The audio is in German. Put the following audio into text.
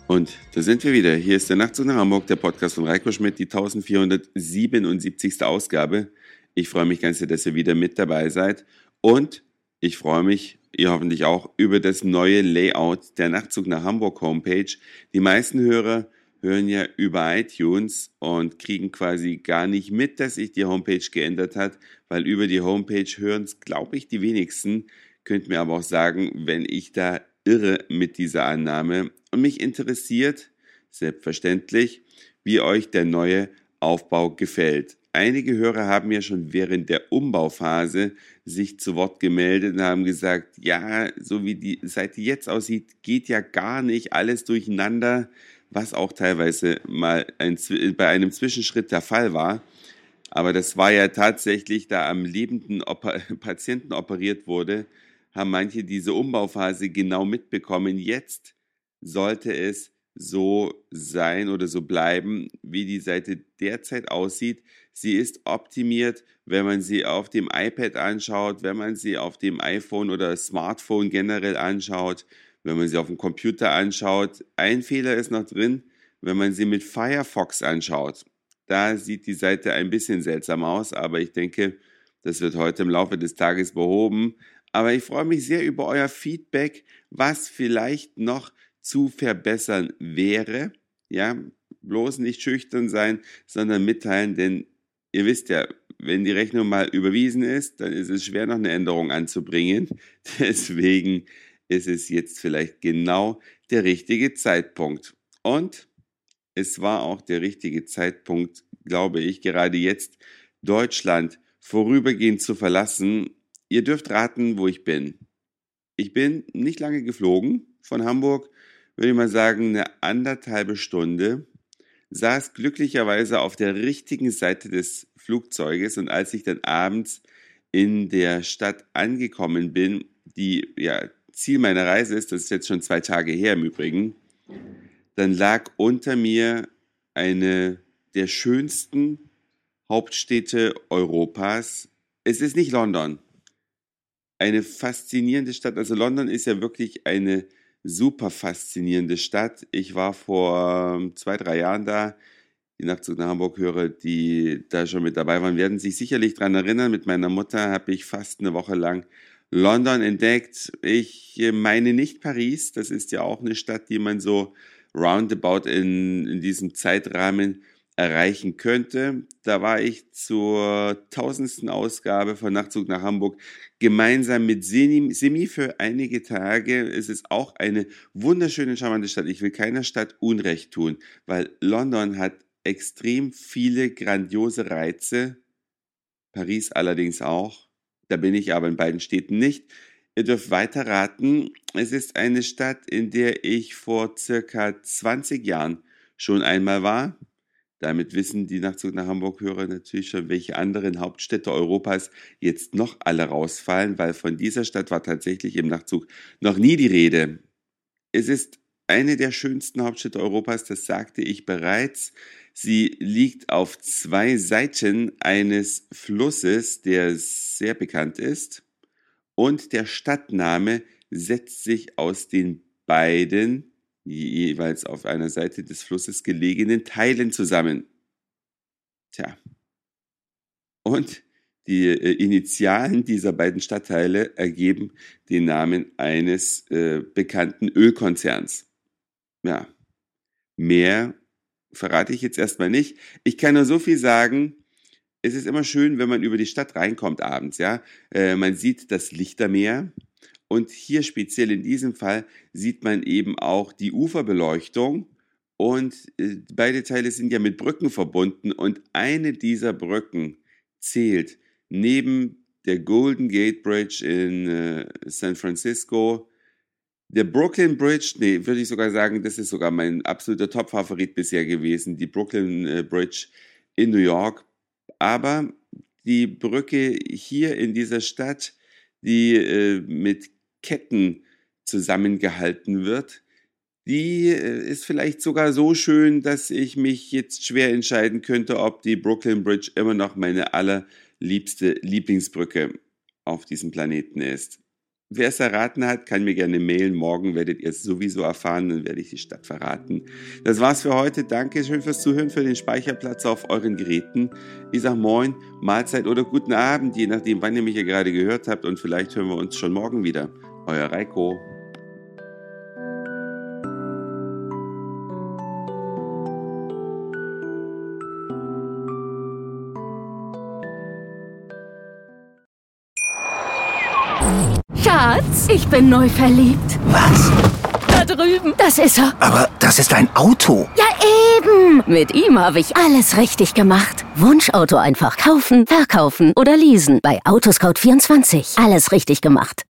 Und da sind wir wieder. Hier ist der Nachtzug nach Hamburg, der Podcast von Reiko Schmidt, die 1477. Ausgabe. Ich freue mich ganz sehr, dass ihr wieder mit dabei seid. Und ich freue mich, ihr hoffentlich auch, über das neue Layout der Nachtzug nach Hamburg Homepage. Die meisten Hörer hören ja über iTunes und kriegen quasi gar nicht mit, dass sich die Homepage geändert hat, weil über die Homepage hören es, glaube ich, die wenigsten. Könnt mir aber auch sagen, wenn ich da irre mit dieser Annahme. Und mich interessiert, selbstverständlich, wie euch der neue Aufbau gefällt. Einige Hörer haben ja schon während der Umbauphase sich zu Wort gemeldet und haben gesagt, ja, so wie die Seite jetzt aussieht, geht ja gar nicht alles durcheinander, was auch teilweise mal bei einem Zwischenschritt der Fall war. Aber das war ja tatsächlich, da am lebenden Patienten operiert wurde, haben manche diese Umbauphase genau mitbekommen. Jetzt sollte es so sein oder so bleiben, wie die Seite derzeit aussieht. Sie ist optimiert, wenn man sie auf dem iPad anschaut, wenn man sie auf dem iPhone oder Smartphone generell anschaut, wenn man sie auf dem Computer anschaut. Ein Fehler ist noch drin, wenn man sie mit Firefox anschaut. Da sieht die Seite ein bisschen seltsam aus, aber ich denke, das wird heute im Laufe des Tages behoben. Aber ich freue mich sehr über euer Feedback, was vielleicht noch zu verbessern wäre. Ja, bloß nicht schüchtern sein, sondern mitteilen, denn ihr wisst ja, wenn die Rechnung mal überwiesen ist, dann ist es schwer, noch eine Änderung anzubringen. Deswegen ist es jetzt vielleicht genau der richtige Zeitpunkt. Und es war auch der richtige Zeitpunkt, glaube ich, gerade jetzt Deutschland vorübergehend zu verlassen. Ihr dürft raten, wo ich bin. Ich bin nicht lange geflogen. Von Hamburg, würde ich mal sagen, eine 1,5 Stunde. Saß glücklicherweise auf der richtigen Seite des Flugzeuges und als ich dann abends in der Stadt angekommen bin, die ja Ziel meiner Reise ist, das ist jetzt schon 2 Tage her im Übrigen, dann lag unter mir eine der schönsten Hauptstädte Europas. Es ist nicht London. Eine faszinierende Stadt. Also London ist ja wirklich eine super faszinierende Stadt. Ich war vor 2, 3 Jahren da. Die Nachtzug nach Hamburg-Hörer, die da schon mit dabei waren, werden sich sicherlich daran erinnern. Mit meiner Mutter habe ich fast eine Woche lang London entdeckt. Ich meine nicht Paris. Das ist ja auch eine Stadt, die man so roundabout in diesem Zeitrahmen erreichen könnte. Da war ich zur 1000. Ausgabe von Nachtzug nach Hamburg gemeinsam mit Semi für einige Tage. Es ist auch eine wunderschöne, charmante Stadt. Ich will keiner Stadt Unrecht tun, weil London hat extrem viele grandiose Reize. Paris allerdings auch. Da bin ich aber in beiden Städten nicht. Ihr dürft weiter raten. Es ist eine Stadt, in der ich vor circa 20 Jahren schon einmal war. Damit wissen die Nachtzug nach Hamburg-Hörer natürlich schon, welche anderen Hauptstädte Europas jetzt noch alle rausfallen, weil von dieser Stadt war tatsächlich im Nachtzug noch nie die Rede. Es ist eine der schönsten Hauptstädte Europas, das sagte ich bereits. Sie liegt auf 2 Seiten eines Flusses, der sehr bekannt ist. Und der Stadtname setzt sich aus den beiden jeweils auf einer Seite des Flusses gelegenen Teilen zusammen. Tja. Und die Initialen dieser beiden Stadtteile ergeben den Namen eines bekannten Ölkonzerns. Ja, mehr verrate ich jetzt erstmal nicht. Ich kann nur so viel sagen, es ist immer schön, wenn man über die Stadt reinkommt abends, ja. Man sieht das Lichtermeer und hier speziell in diesem Fall sieht man eben auch die Uferbeleuchtung und beide Teile sind ja mit Brücken verbunden und eine dieser Brücken zählt neben der Golden Gate Bridge in San Francisco, der Brooklyn Bridge, nee, würde ich sogar sagen, das ist sogar mein absoluter Top-Favorit bisher gewesen, die Brooklyn Bridge in New York. Aber die Brücke hier in dieser Stadt, die mit Ketten zusammengehalten wird, die ist vielleicht sogar so schön, dass ich mich jetzt schwer entscheiden könnte, ob die Brooklyn Bridge immer noch meine allerliebste Lieblingsbrücke auf diesem Planeten ist. wer es erraten hat, kann mir gerne mailen. Morgen werdet ihr es sowieso erfahren, dann werde ich die Stadt verraten. Das war's für heute. Danke schön fürs Zuhören, für den Speicherplatz auf euren Geräten. Ich sag Moin, Mahlzeit oder guten Abend, je nachdem, wann ihr mich hier gerade gehört habt. Und vielleicht hören wir uns schon morgen wieder. Euer Reiko. Schatz, ich bin neu verliebt. Was? Da drüben. Das ist er. Aber das ist ein Auto. Ja, eben. Mit ihm habe ich alles richtig gemacht. Wunschauto einfach kaufen, verkaufen oder leasen. Bei Autoscout24. Alles richtig gemacht.